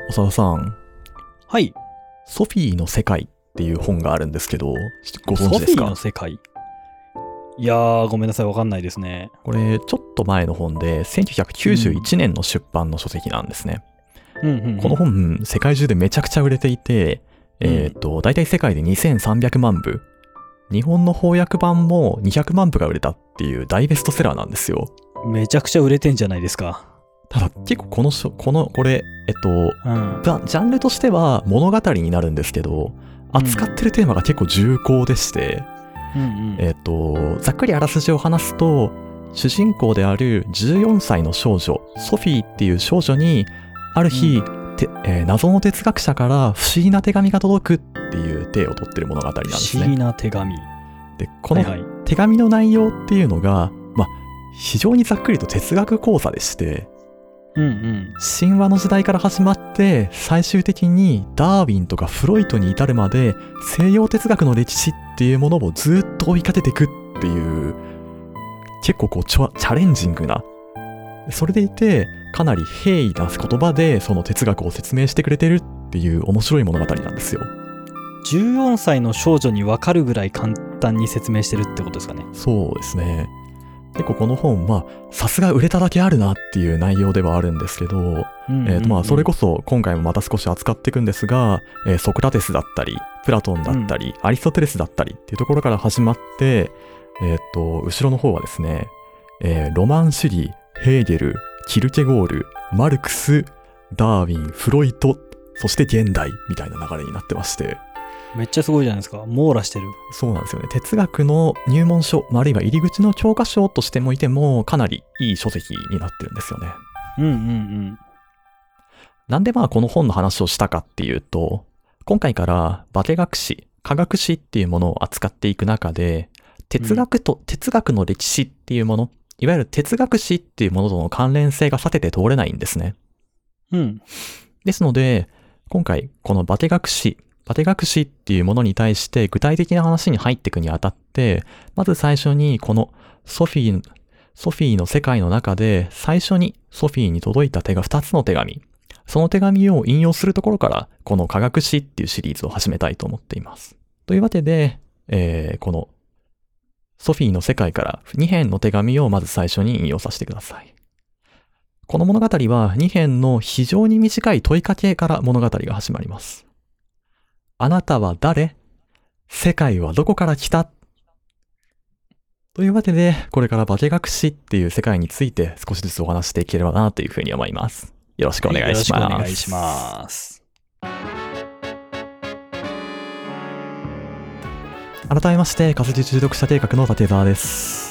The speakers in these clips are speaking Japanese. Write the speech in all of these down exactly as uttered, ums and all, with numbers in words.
長田さん、 はい。 ソフィーの世界っていう本があるんですけど、ご存知ですソフィーか？ の世界。いやー、ごめんなさい、わかんないですね。 これ、ちょっと前の本で、せんきゅうひゃくきゅうじゅういちねんの出版の書籍なんですね。 うんうんうん、 この本、世界中でめちゃくちゃ売れていて、えっと、大体世界でにせんさんびゃくまんぶ。日本の翻訳版もにひゃくまんぶが売れたっていう大ベストセラーなんですよ。 めちゃくちゃ売れてんじゃないですか。 ただ、結構この書、この、これ、えっと、 うん、 ジャンルとしては物語になるんですけど、扱ってるテーマが結構重厚でして、 うんうん、 えっと、ざっくりあらすじを話すと、主人公であるじゅうよんさいの少女、ソフィーっていう少女に、ある日、うんてえー、謎の哲学者から不思議な手紙が届くっていう体を取ってる物語なんですね。 不思議な手紙。 で、この手紙の内容っていうのが、はいはい、まあ、非常にざっくりと哲学講座でして、 うんうん、 神話の時代から始まって最終的にダーウィンとかフロイトに至るまで西洋哲学の歴史っていうものをずっと追いかけていくっていう結構こうチャレンジングな、それでいてかなり平易な言葉でその哲学を説明してくれてるっていう面白い物語なんですよ。 じゅうよんさいの少女に分かるぐらい簡単に説明してるってことですかね。 そうですね。結構この本、まあ、さすが売れただけあるなっていう内容ではあるんですけど、うんうんうん、えーとまあ、それこそ今回もまた少し扱っていくんですが、えー、ソクラテスだったり、プラトンだったり、うん、アリストテレスだったりっていうところから始まって、えーと、後ろの方はですね、えー、ロマン主義、ヘーゲル、キルケゴール、マルクス、ダーウィン、フロイト、そして現代みたいな流れになってまして、 めっちゃすごいじゃないですか。網羅してる。 そうなんですよね。哲学の入門書、あるいは入り口の教科書としてもいても、かなりいい書籍になってるんですよね。 うんうんうん。 なんでまあこの本の話をしたかっていうと、今回から化学史、科学史っていうものを扱っていく中で、哲学と、うん、哲学の歴史っていうもの、いわゆる哲学史っていうものとの関連性が避けて通れないんですね。 うん。 ですので、今回この化学史、化学史っていうものに対して具体的な話に入っていくにあたって、まず最初にこのソフィー、ソフィーの世界の中で最初にソフィーに届いた手がふたつの手紙。その手紙を引用するところからこの科学史っていうシリーズを始めたいと思っています。というわけで、えー、このソフィーの世界からにへんの手紙をまず最初に引用させてください。この物語はにへんの非常に短い問いかけから物語が始まります。あなたは誰？世界はどこから来た？というわけで、これから化学史っていう世界について少しずつお話していければなというふうに思います。よろしくお願いします。 はい、よろしくお願いします。 改めまして、仮説中読者計画の立澤です。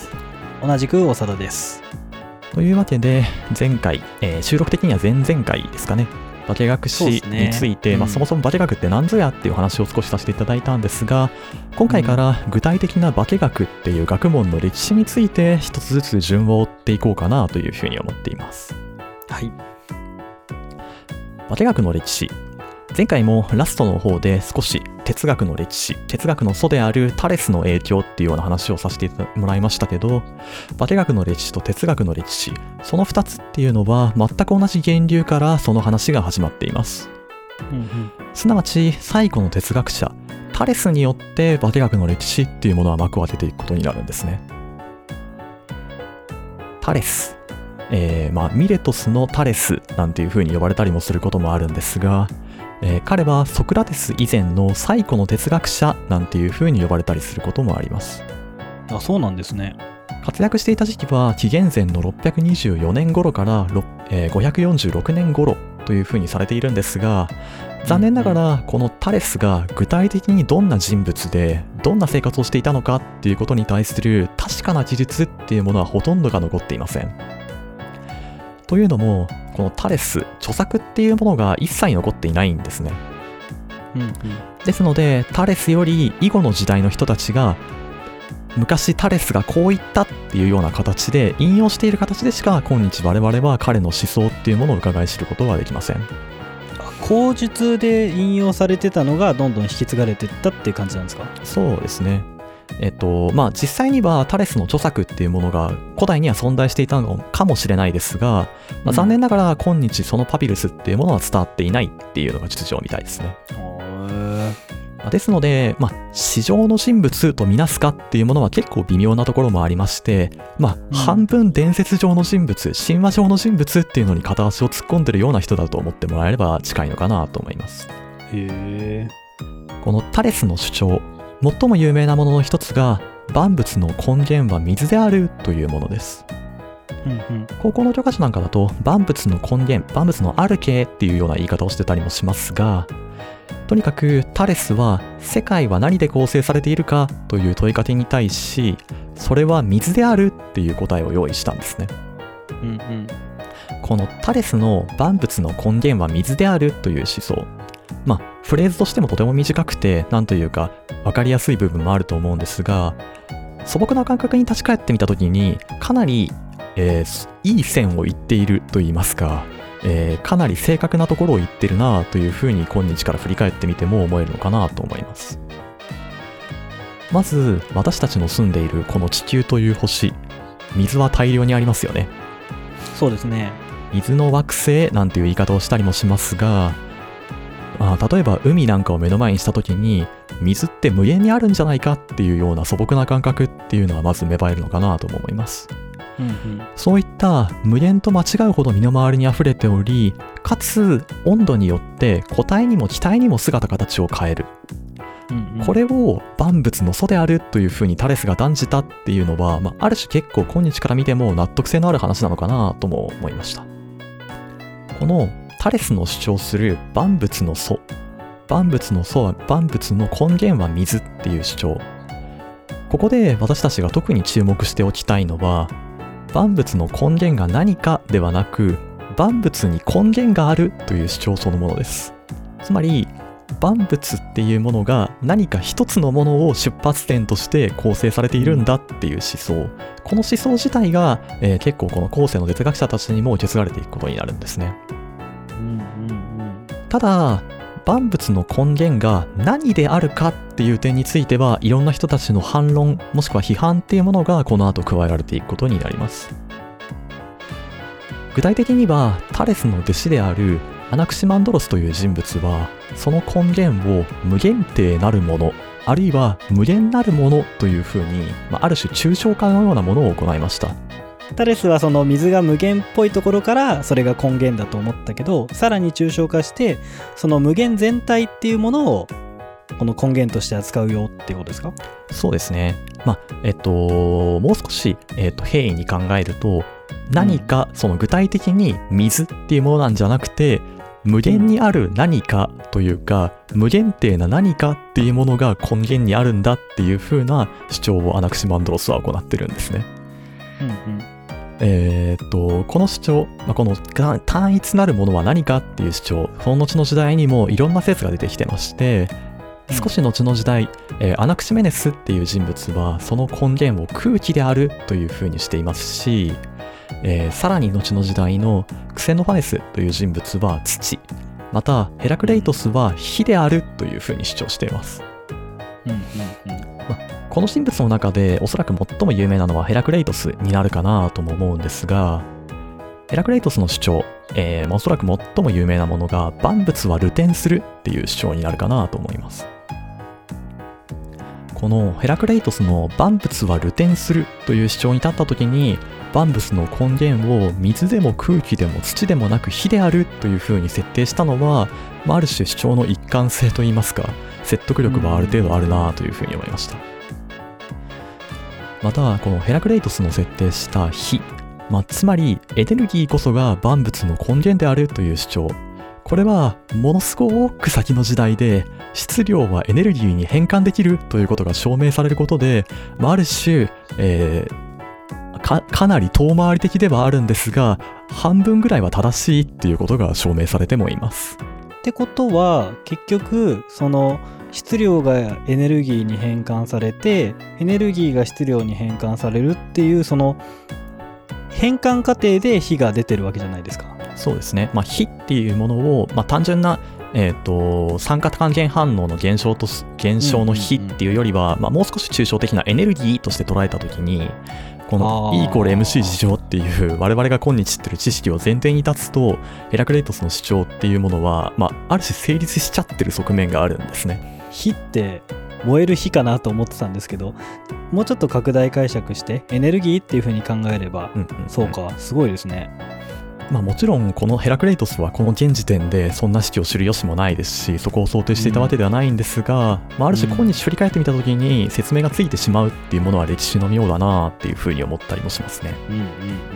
同じく長田です。 というわけで、前回、えー、収録的には前々回ですかね。化学史について、ね、まあ、そもそも化学って何ぞやっていう話を少しさせていただいたんですが、今回から具体的な化学っていう学問の歴史について一つずつ順を追っていこうかなというふうに思っています。 はい。 化学の歴史。前回もラストの方で少し哲学の歴史、哲学の祖であるタレスの影響っていうような話をさせてもらいましたけど、化学の歴史と哲学の歴史、そのふたつっていうのは全く同じ源流からその話が始まっています。うんうん、すなわち最古の哲学者、タレスによって化学の歴史っていうものは幕を開けていくことになるんですね。タレス。えー、まあミレトスのタレスなんていう風に呼ばれたりもすることもあるんですが、えー、彼はソクラテス以前の最古の哲学者なんていう風に呼ばれたりすることもあります。 あ、そうなんですね。 活躍していた時期は紀元前のろっぴゃくにじゅうよねん頃から、えー、ごひゃくよんじゅうろくねん頃という風にされているんですが、残念ながらこのタレスが具体的にどんな人物でどんな生活をしていたのかっていうことに対する確かな記述っていうものはほとんどが残っていません。というのも、このタレス、著作っていうものが一切残っていないんですね。うんうん、ですので、タレスより以後の時代の人たちが、昔タレスがこう言ったっていうような形で、引用している形でしか、今日我々は彼の思想っていうものを伺い知ることはできません。 口述で引用されてたのがどんどん引き継がれていったっていう感じなんですか？ そうですね。 えっとまあ実際にはタレスの著作っていうものが古代には存在していたのかもしれないですが、まあ、残念ながら今日そのパピルスっていうものは伝わっていないっていうのが実情みたいですね。ですので、まあ、史上の人物とみなすかっていうものは結構微妙なところもありまして、まあ、うん、半分伝説上の人物、神話上の人物っていうのに片足を突っ込んでるような人だと思ってもらえれば近いのかなと思います。 へー。このタレスの主張、最も有名なものの一つが、万物の根源は水であるというものです。うんうん、高校の教科書なんかだと、万物の根源、万物のアルケっていうような言い方をしてたりもしますが、とにかくタレスは世界は何で構成されているかという問いかけに対し、それは水であるっていう答えを用意したんですね。うんうん、このタレスの万物の根源は水であるという思想、まあフレーズとしてもとても短くてなんというか分かりやすい部分もあると思うんですが、素朴な感覚に立ち返ってみたときにかなり、えー、いい線を言っていると言いますか、えー、かなり正確なところを言ってるなというふうに今日から振り返ってみても思えるのかなと思います。まず私たちの住んでいるこの地球という星、水は大量にありますよね。 そうですね。 水の惑星なんていう言い方をしたりもしますが、まあ、例えば海なんかを目の前にした時に水って無限にあるんじゃないかっていうような素朴な感覚っていうのはまず芽生えるのかなとも思います。うんうん、そういった無限と間違うほど身の回りにあふれており、かつ温度によって固体にも気体にも姿形を変える、うんうん、これを万物の祖であるというふうにタレスが断じたっていうのは、まあ、ある種結構今日から見ても納得性のある話なのかなとも思いました。このタレスの主張する万物の祖、万物の祖は万物の根源は水っていう主張、ここで私たちが特に注目しておきたいのは、万物の根源が何かではなく、万物に根源があるという主張そのものです。つまり万物っていうものが何か一つのものを出発点として構成されているんだっていう思想、この思想自体が、えー、結構この後世の哲学者たちにも受け継がれていくことになるんですね。うんうんうん、ただ万物の根源が何であるかっていう点についてはいろんな人たちの反論もしくは批判っていうものがこの後加えられていくことになります。具体的にはタレスの弟子であるアナクシマンドロスという人物はその根源を無限定なるものあるいは無限なるものというふうに、まあ、ある種抽象化のようなものを行いました。 タレスはその水が無限っぽいところからそれが根源だと思ったけど、さらに抽象化してその無限全体っていうものをこの根源として扱うよっていうことですか？ そうですね。まあえっともう少し、えっと、平易に考えると、何かその具体的に水っていうものなんじゃなくて、無限にある何かというか、無限定な何かっていうものが根源にあるんだっていう風な主張をアナクシマンドロスは行ってるんですね。うんうん、えー、っとこの主張、まあ、この単一なるものは何かっていう主張、その後の時代にもいろんな説が出てきてまして、少し後の時代、えー、アナクシメネスっていう人物はその根源を空気であるという風にしていますし、えー、さらに後の時代のクセノファネスという人物は土、またヘラクレイトスは火であるという風に主張しています。うんうんうんま、この人物の中でおそらく最も有名なのはヘラクレイトスになるかなとも思うんですが、ヘラクレイトスの主張、えー、おそらく最も有名なものが万物は流転するっていう主張になるかなと思います。このヘラクレイトスの万物は流転するという主張に立った時に、万物の根源を水でも空気でも土でもなく火であるというふうに設定したのは、まあ、ある種主張の一貫性といいますか、説得力はある程度あるなというふうに思いました。またこのヘラクレイトスの設定した火、まあ、つまりエネルギーこそが万物の根源であるという主張、これはものすごく先の時代で質量はエネルギーに変換できるということが証明されることで、まあ、ある種、えー、か, かなり遠回り的ではあるんですが、半分ぐらいは正しいっていうことが証明されてもいます。 ってことは結局その質量がエネルギーに変換されて、エネルギーが質量に変換されるっていうその変換過程で火が出てるわけじゃないですか。 そうですね。まあ、火っていうものを、まあ、単純なえー、と酸化還元反応の減少と減少の比っていうよりは、まあ、もう少し抽象的なエネルギーとして捉えたときに、この E イコール エムシー 事乗っていう我々が今日知ってる知識を前提に立つと、ヘラクレイトスの主張っていうものは、まあ、ある種成立しちゃってる側面があるんですね。 火って燃える火かなと思ってたんですけど、もうちょっと拡大解釈してエネルギーっていう風に考えれば、うんうんうん、そうか、すごいですね。 まあ、もちろんこのヘラクレイトスはこの現時点でそんな式を知る由もないですし、そこを想定していたわけではないんですが、うんまあ、ある種今日振り返ってみた時に説明がついてしまうっていうものは歴史の妙だなっていうふうに思ったりもしますね。うんうんうん、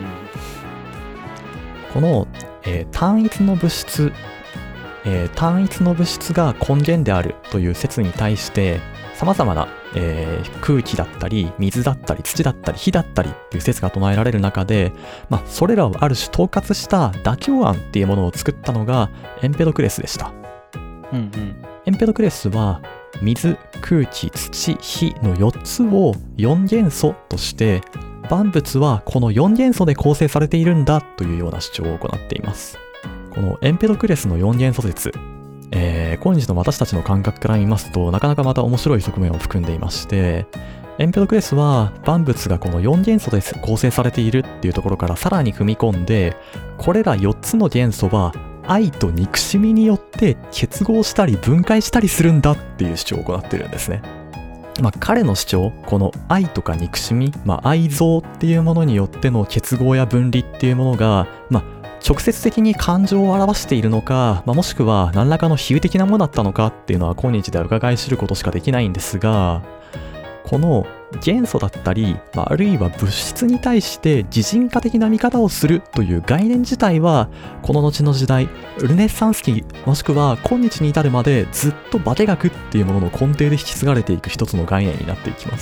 この、えー、単一の物質、えー、単一の物質が根源であるという説に対して様々な、えー、空気だったり水だったり土だったり火だったりっていう説が唱えられる中で、まあ、それらをある種統括した妥協案っていうものを作ったのがエンペドクレスでした。うんうん、エンペドクレスは水、空気、土、火のよっつをよん元素として万物はこのよん元素で構成されているんだというような主張を行っています。このエンペドクレスのよん元素説、えー、今日の私たちの感覚から見ますとなかなかまた面白い側面を含んでいまして、エンペドクレスは万物がこのよん元素で構成されているっていうところからさらに踏み込んで、これらよっつの元素は愛と憎しみによって結合したり分解したりするんだっていう主張を行っているんですね。まあ、彼の主張、この愛とか憎しみ、まあ、愛憎っていうものによっての結合や分離っていうものが、まあ、直接的に感情を表しているのか、まあ、もしくは何らかの比喩的なものだったのかっていうのは今日では伺い知ることしかできないんですが、この元素だったり、まあ、あるいは物質に対して擬人化的な見方をするという概念自体は、この後の時代、ルネッサンス期もしくは今日に至るまでずっとバテ学っていうものの根底で引き継がれていく一つの概念になっていきます。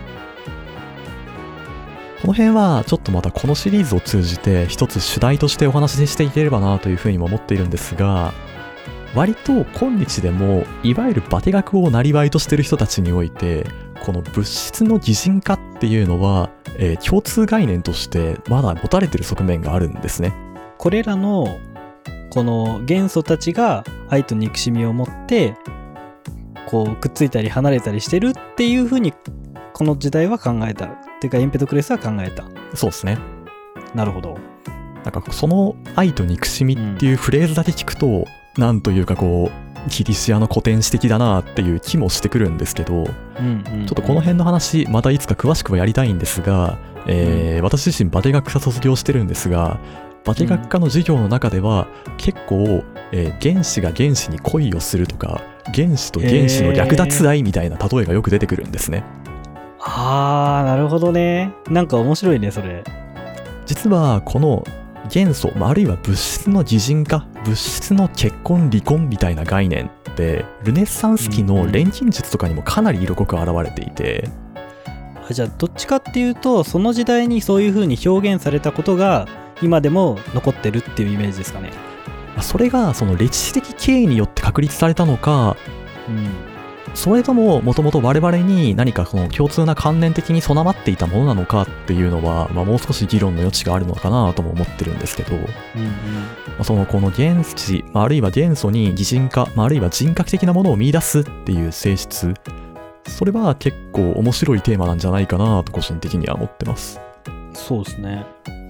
この辺はちょっとまたこのシリーズを通じて一つ主題としてお話ししていければなというふうにも思っているんですが、割と今日でもいわゆるバテ学を生りとしている人たちにおいて、この物質の擬人化っていうのは、えー、共通概念としてまだ持たれている側面があるんですね。 これらのこの元素たちが愛と憎しみを持ってこうくっついたり離れたりしてるっていうふうにこの時代は考えたっていうか、エンペドクレスは考えた。 そうですね。 なるほど。 なんかその愛と憎しみっていうフレーズだけ聞くと、うん、なんというかこうギリシアの古典史的だなっていう気もしてくるんですけど、うんうんうん、ちょっとこの辺の話またいつか詳しくはやりたいんですが、えーうん、私自身バテ学科卒業してるんですが、バテ学科の授業の中では結構、えー、原子が原子に恋をするとか、原子と原子の略奪愛みたいな例えがよく出てくるんですね。 あー、なるほどね。なんか面白いねそれ。 実はこの元素、あるいは物質の擬人化、物質の結婚離婚みたいな概念ってルネッサンス期の錬金術とかにもかなり色濃く現れていて、 うんうん、あ、じゃあどっちかっていうとその時代にそういう風に表現されたことが今でも残ってるっていうイメージですかね。 それがその歴史的経緯によって確立されたのか、うん、それとももともと我々に何かその共通な観念的に備わっていたものなのかっていうのは、まあ、もう少し議論の余地があるのかなとも思ってるんですけど、うんうん、まあ、そのこの原子、まあ、あるいは元素に擬人化、まあ、あるいは人格的なものを見出すっていう性質、それは結構面白いテーマなんじゃないかなと個人的には思ってます。 そうですね。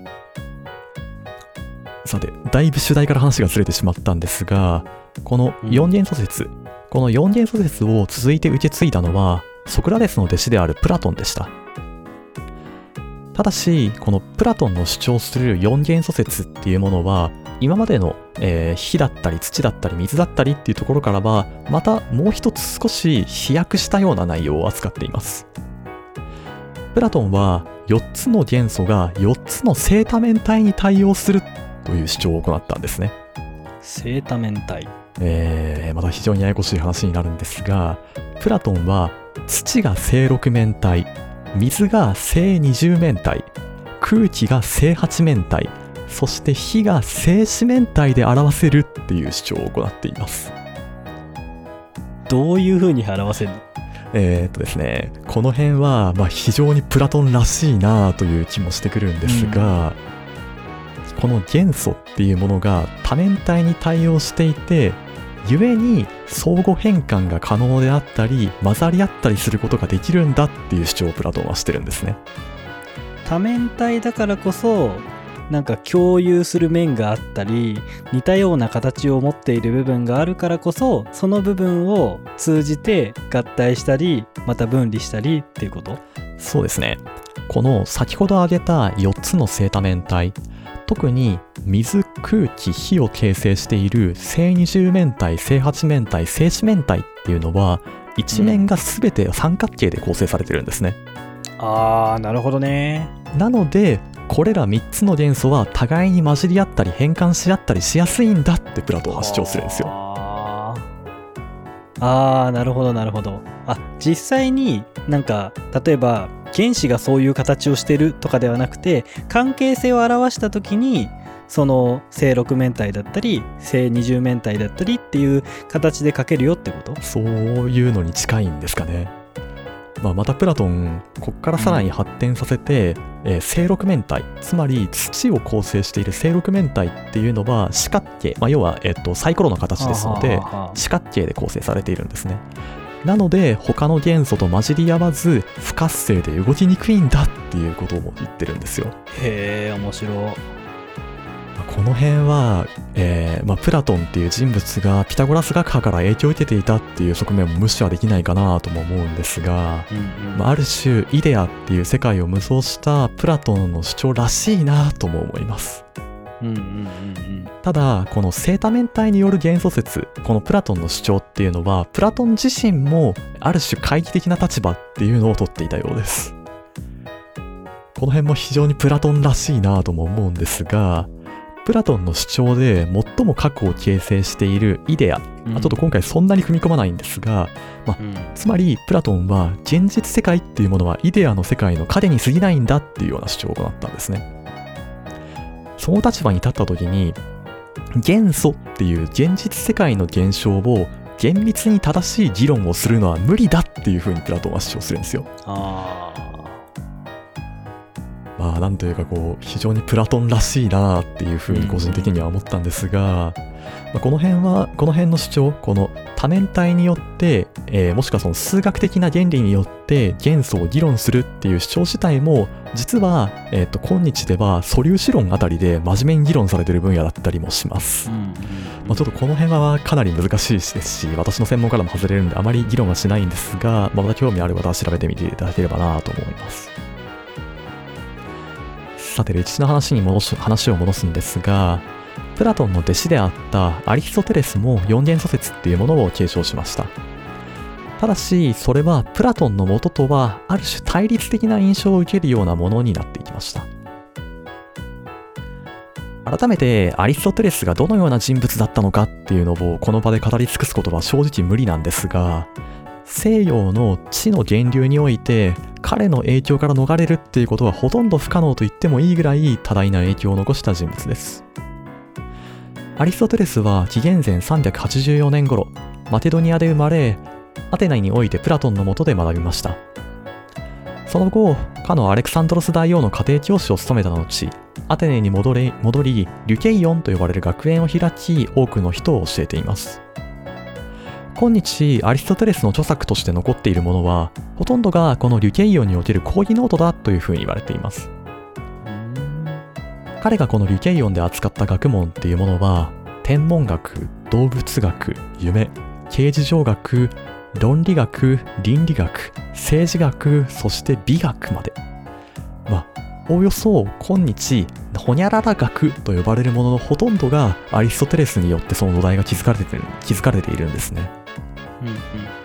さて、だいぶ主題から話がずれてしまったんですが、このよん元素説、うん、このよん元素説を続いて受け継いだのはソクラテスの弟子であるプラトンでした。ただしこのプラトンの主張するよん元素説っていうものは今までの、えー、火だったり土だったり水だったりっていうところからはまたもう一つ少し飛躍したような内容を扱っています。プラトンはよっつの元素がよっつの正多面体に対応するという主張を行ったんですね。 正多面体、 えー、また非常にややこしい話になるんですが、プラトンは土が正六面体、水が正二十面体、空気が正八面体、そして火が正四面体で表せるっていう主張を行っています。 どういう風に表せるの？ えーっとですね、この辺はまあ非常にプラトンらしいなという気もしてくるんですが、うん、この元素っていうものが多面体に対応していて、 故に相互変換が可能であったり混ざり合ったりすることができるんだっていう主張をプラトンはしてるんですね。 多面体だからこそなんか共有する面があったり似たような形を持っている部分があるからこそその部分を通じて合体したりまた分離したりっていうこと？ そうですね。この先ほど挙げたよっつの正多面体、特に水、空気、火を形成している正二十面体、正八面体、正四面体っていうのは一面が全て三角形で構成されてるんですね。 あー、なるほどね。なのでこれらみっつの元素は互いに混じり合ったり変換し合ったりしやすいんだってプラトンは主張するんですよ。 ああ、なるほどなるほど。あ、実際になんか例えば原子がそういう形をしてるとかではなくて関係性を表した時にその正六面体だったり正二十面体だったりっていう形で書けるよってこと？ そういうのに近いんですかね。まあ、またプラトンこっからさらに発展させて、うんえー、正六面体、つまり土を構成している正六面体っていうのは四角形、まあ、要は、えー、とサイコロの形ですので四角形で構成されているんですね。なので他の元素と混じり合わず不活性で動きにくいんだっていうことを言ってるんですよ。 へえ、面白い。 この辺は、えーまあ、プラトンっていう人物がピタゴラス学派から影響を受けていたっていう側面も無視はできないかなとも思うんですが、うんうんまあ、ある種イデアっていう世界を無双したプラトンの主張らしいなとも思います。うんうんうんうん、ただこの正多面体による元素説、このプラトンの主張っていうのはプラトン自身もある種懐疑的な立場っていうのを取っていたようです。この辺も非常にプラトンらしいなとも思うんですが、プラトンの主張で最も核を形成しているイデア、うん、ちょっと今回そんなに踏み込まないんですが、まうん、つまりプラトンは現実世界っていうものはイデアの世界の影に過ぎないんだっていうような主張を行ったんですね。その立場に立った時に元素っていう現実世界の現象を厳密に正しい議論をするのは無理だっていうふうにプラトンは主張するんですよ。あまあなんというかこう非常にプラトンらしいなっていうふうに個人的には思ったんですが、まあ、この辺はこの辺の主張、この多面体によって、えー、もしくはその数学的な原理によって元素を議論するっていう主張自体も実は、えー、と今日では素粒子論あたりで真面目に議論されている分野だったりもします。まあ、ちょっとこの辺はかなり難しいですし、私の専門からも外れるんであまり議論はしないんですが、まあ、また興味ある方は調べてみていただければなと思います。さて歴史の話に戻し話を戻すんですが、プラトンの弟子であったアリストテレスも四元素説っていうものを継承しました。ただしそれはプラトンの元とはある種対立的な印象を受けるようなものになっていきました。改めてアリストテレスがどのような人物だったのかっていうのをこの場で語り尽くすことは正直無理なんですが、西洋の知の源流において彼の影響から逃れるっていうことはほとんど不可能と言ってもいいぐらい多大な影響を残した人物です。アリストテレスは紀元前さんびゃくはちじゅうよねん頃マテドニアで生まれ、アテナにおいてプラトンの下で学びました。その後かのアレクサンドロス大王の家庭教師を務めた後、アテネに戻り戻りリュケイオンと呼ばれる学園を開き多くの人を教えています。今日アリストテレスの著作として残っているものはほとんどがこのリュケイオンにおける講義ノートだというふうに言われています。彼がこのリュケイオンで扱った学問っていうものは天文学、動物学、夢、形事情学、論理学、倫理学、政治学、そして美学まで、まあおおよそ今日ホニャララ学と呼ばれるもののほとんどがアリストテレスによってその土台が築かれている、築かれているんですね。うんうんうん、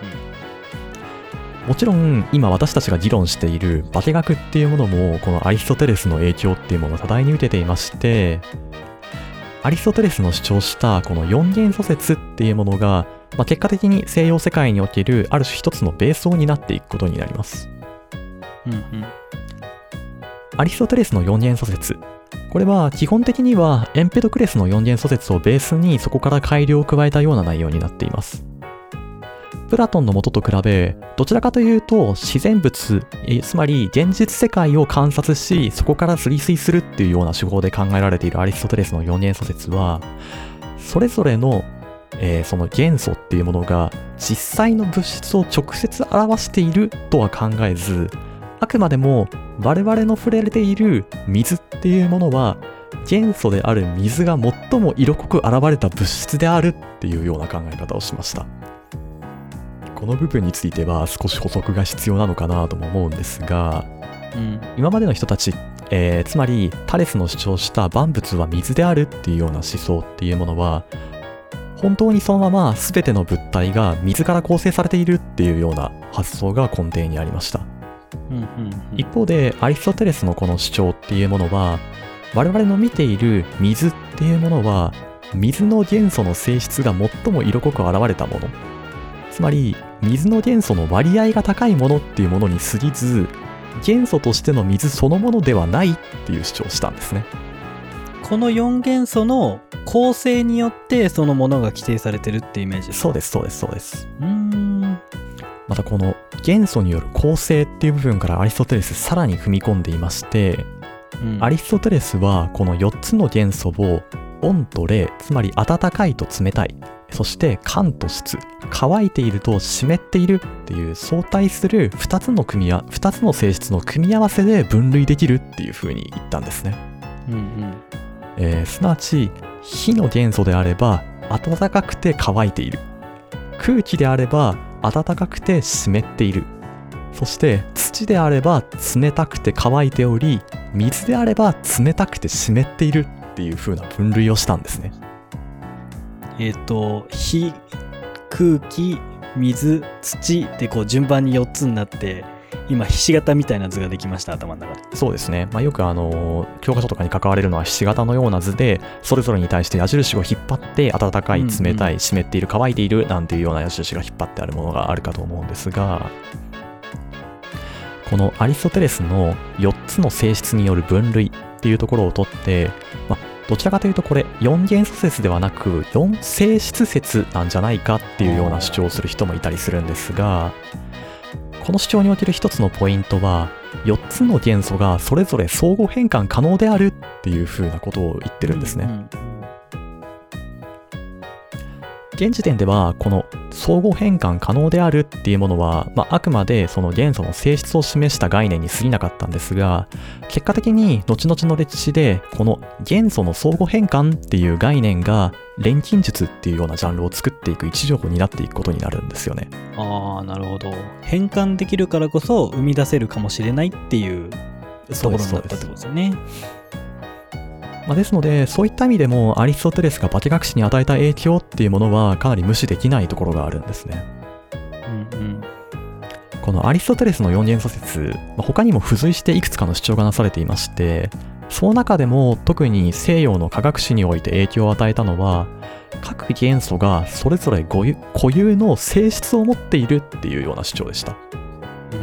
もちろん今私たちが議論している化学っていうものもこのアリストテレスの影響っていうものを多大に受けていまして、アリストテレスの主張したこの四元素説っていうものが、まあ、結果的に西洋世界におけるある種一つのベースになっていくことになります。うんうん、アリストテレスの四元素説、これは基本的にはエンペドクレスの四元素説をベースにそこから改良を加えたような内容になっています。プラトンの元と比べどちらかというと自然物、つまり現実世界を観察しそこから推推するっていうような手法で考えられているアリストテレスの四元素説は、それぞれのえーその元素っていうものが実際の物質を直接表しているとは考えず、あくまでも我々の触れている水っていうものは元素である水が最も色濃く現れた物質であるっていうような考え方をしました。この部分については少し補足が必要なのかなとも思うんですが、 うん、 今までの人たち、えーつまりタレスの主張した万物は水であるっていうような思想っていうものは、本当にそのまま全ての物体が水から構成されているっていうような発想が根底にありました。 うんうんうん、 一方でアリストテレスのこの主張っていうものは、我々の見ている水っていうものは水の元素の性質が最も色濃く現れたもの、つまり水の元素の割合が高いものっていうものに過ぎず、元素としての水そのものではないっていう主張をしたんですね。 このよん元素の構成によってそのものが規定されてるってイメージですか？ そうですそうですそうです。 うーんまたこの元素による構成っていう部分からアリストテレスさらに踏み込んでいまして、 うん、 アリストテレスはこのよっつの元素を温と冷、つまり暖かいと冷たい、そして寒と湿、乾いていると湿っているっていう相対するふたつの組み合わふたつの性質の組み合わせで分類できるっていう風に言ったんですね。 うんうんえーすなわち火の元素であれば暖かくて乾いている、空気であれば暖かくて湿っている、そして土であれば冷たくて乾いており、水であれば冷たくて湿っているっていう風な分類をしたんですね。 えっ、ー、と火、空気、水、土でこう順番によっつになって、今ひし形みたいな図ができました、頭の中で。 そうですね、まあ、よくあの教科書とかに書かれるのはひし形のような図で、それぞれに対して矢印を引っ張って暖かい、冷たい、湿っている、乾いているなんていうような矢印が引っ張ってあるものがあるかと思うんですが、このアリストテレスのよっつの性質による分類っていうところをとって、まあ、どちらかというとこれよん元素説ではなくよん性質説なんじゃないかっていうような主張をする人もいたりするんですが、この主張における一つのポイントは、よっつの元素がそれぞれ相互変換可能であるっていう風なことを言ってるんですね。 うんうん現時点ではこの相互変換可能であるっていうものは、まあ、あくまでその元素の性質を示した概念に過ぎなかったんですが、結果的に後々の歴史でこの元素の相互変換っていう概念が錬金術っていうようなジャンルを作っていく一助になっていくことになるんですよね。 ああ、なるほど。変換できるからこそ生み出せるかもしれないっていうところになったってことですよね。 まあ、ですので、そういった意味でもアリストテレスが化学史に与えた影響っていうものはかなり無視できないところがあるんですね。 うんうん、 このアリストテレスのよん元素説、まあ、他にも付随していくつかの主張がなされていまして、その中でも特に西洋の化学史において影響を与えたのは、各元素がそれぞれ固有の性質を持っているっていうような主張でした。 うんうん、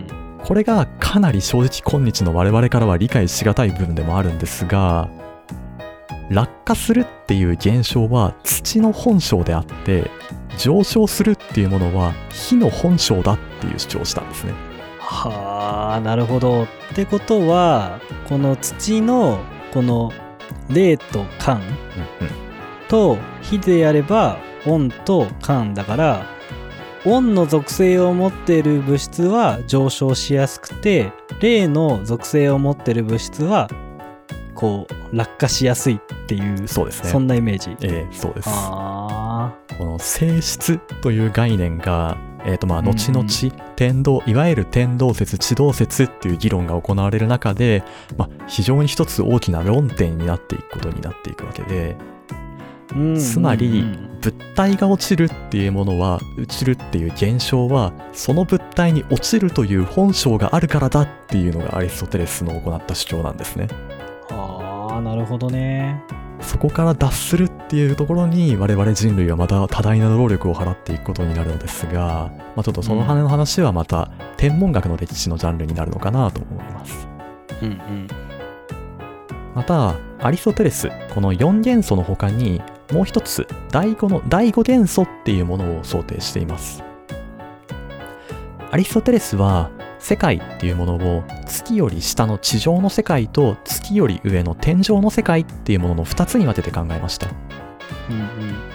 これがかなり正直今日の我々からは理解しがたい部分でもあるんですが、落下するっていう現象は土の本性であって、上昇するっていうものは火の本性だっていう主張をしたんですね。 はあ、なるほど。ってことは、この土のこの冷と寒と火でやれば温と寒だから、温の属性を持っている物質は上昇しやすくて、冷の属性を持っている物質はこう落下しやすいっていう、 そうですね。 そんなイメージ。 ええ、そうです。 あこの性質という概念が、えーとまあ後々、 うんうん、 天動いわゆる天動説、地動説っていう議論が行われる中で、まあ、非常に一つ大きな論点になっていくことになっていくわけで、つまり物体が落ちるっていうものは落ちるっていう現象はその物体に落ちるという本性があるからだっていうのがアリストテレスの行った主張なんですね。 ああ、なるほどね。 そこから脱するっていうところに我々人類はまた多大な労力を払っていくことになるのですが、まあ、ちょっとその羽の話はまた天文学の歴史のジャンルになるのかなと思います。 うんうん、 またアリストテレス、このよん元素の他にもう一つだいごのだいご元素っていうものを想定しています。アリストテレスは世界っていうものを月より下の地上の世界と月より上の天上の世界っていうもののふたつに分けて考えました。 うんうん、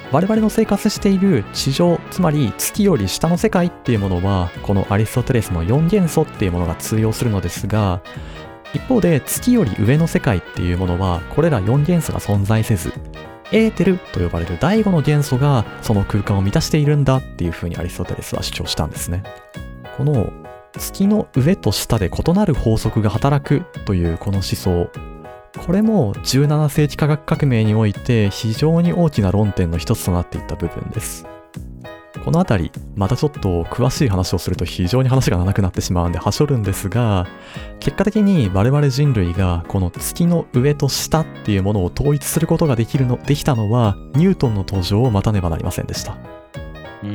我々の生活している地上、つまり月より下の世界っていうものは、このアリストテレスのよん元素っていうものが通用するのですが、一方で月より上の世界っていうものは、これらよん元素が存在せず、エーテルと呼ばれる第ごの元素がその空間を満たしているんだっていうふうにアリストテレスは主張したんですね。この月の上と下で異なる法則が働くというこの思想、これもじゅうなな世紀科学革命において非常に大きな論点の一つとなっていった部分です。このあたり、またちょっと詳しい話をすると非常に話が長くなってしまうんではしょるんですが、結果的に我々人類がこの月の上と下っていうものを統一することができるの、できたのはニュートンの登場を待たねばなりませんでした。 うんうん。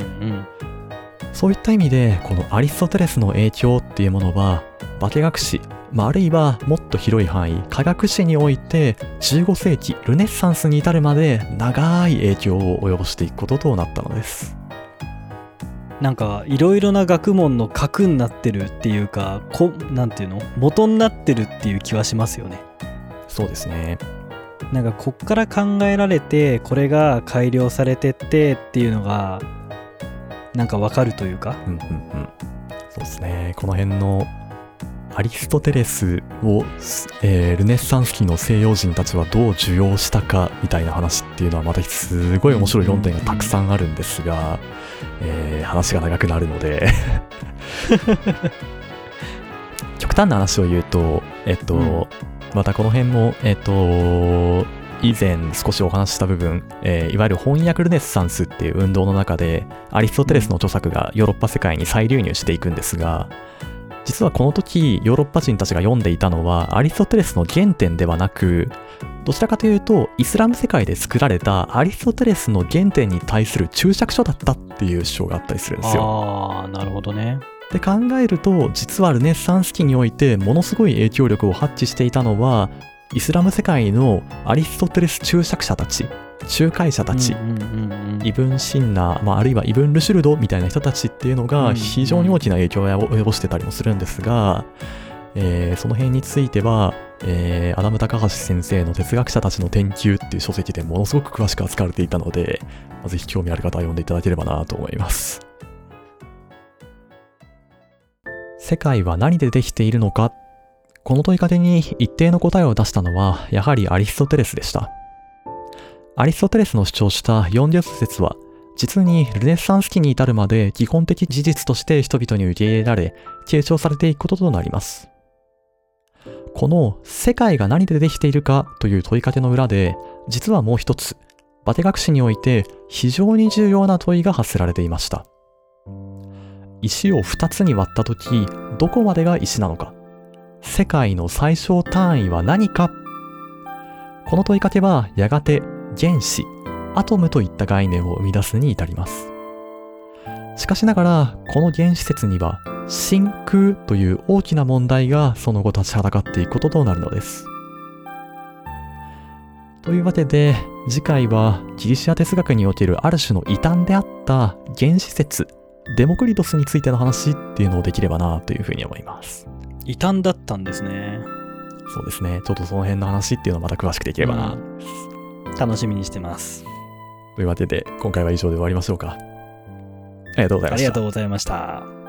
そういった意味で、このアリストテレスの影響っていうものは、化学史、まあ、あるいはもっと広い範囲、科学史においてじゅうご世紀、ルネッサンスに至るまで長い影響を及ぼしていくこととなったのです。 なんかいろいろな学問の核になってるっていうか、こなんていうの元になってるっていう気はしますよね。 そうですね。 なんかこっから考えられて、これが改良されてってっていうのがなんかわかるというか。 うんうんうん。そうですね。この辺のアリストテレスを、えー、ルネッサンス期の西洋人たちはどう受容したかみたいな話っていうのはまたすごい面白い論点がたくさんあるんですが、えー、話が長くなるので極端な話を言うと、えっと、うん、またこの辺も、えっと、以前少しお話しした部分、えー、いわゆる翻訳ルネッサンスっていう運動の中でアリストテレスの著作がヨーロッパ世界に再流入していくんですが、実はこの時ヨーロッパ人たちが読んでいたのはアリストテレスの原点ではなく、どちらかというとイスラム世界で作られたアリストテレスの原点に対する注釈書だったっていう主張があったりするんですよ。 ああ、なるほどね。 で考えると、実はルネッサンス期においてものすごい影響力を発揮していたのはイスラム世界のアリストテレス注釈者たち、仲介者たち、イブン・シンナー、まあ、あるいはイブン・ルシュルドみたいな人たちっていうのが非常に大きな影響を及ぼしてたりもするんですが、えー、その辺については、えー、アダム・高橋先生の哲学者たちの研究っていう書籍でものすごく詳しく扱われていたので、ぜひ興味ある方は読んでいただければなと思います。世界は何でできているのか、この問いかけに一定の答えを出したのはやはりアリストテレスでした。アリストテレスの主張したよん元素説は、実にルネッサンス期に至るまで基本的事実として人々に受け入れられ、継承されていくこととなります。この世界が何でできているかという問いかけの裏で、実はもう一つ、バテ学史において非常に重要な問いが発せられていました。石を二つに割ったとき、どこまでが石なのか、世界の最小単位は何か。この問いかけはやがて原子、アトムといった概念を生み出すに至ります。しかしながら、この原子説には真空という大きな問題がその後立ちはだかっていくこととなるのです。というわけで、次回はギリシア哲学におけるある種の異端であった原子説、デモクリトスについての話っていうのをできればなというふうに思います。 異端だったんですね。 そうですね。ちょっとその辺の話っていうのをまた詳しくできればな、うん、 楽しみにしてます。 というわけで今回は以上で終わりましょうか。ありがとうございました。 ありがとうございました。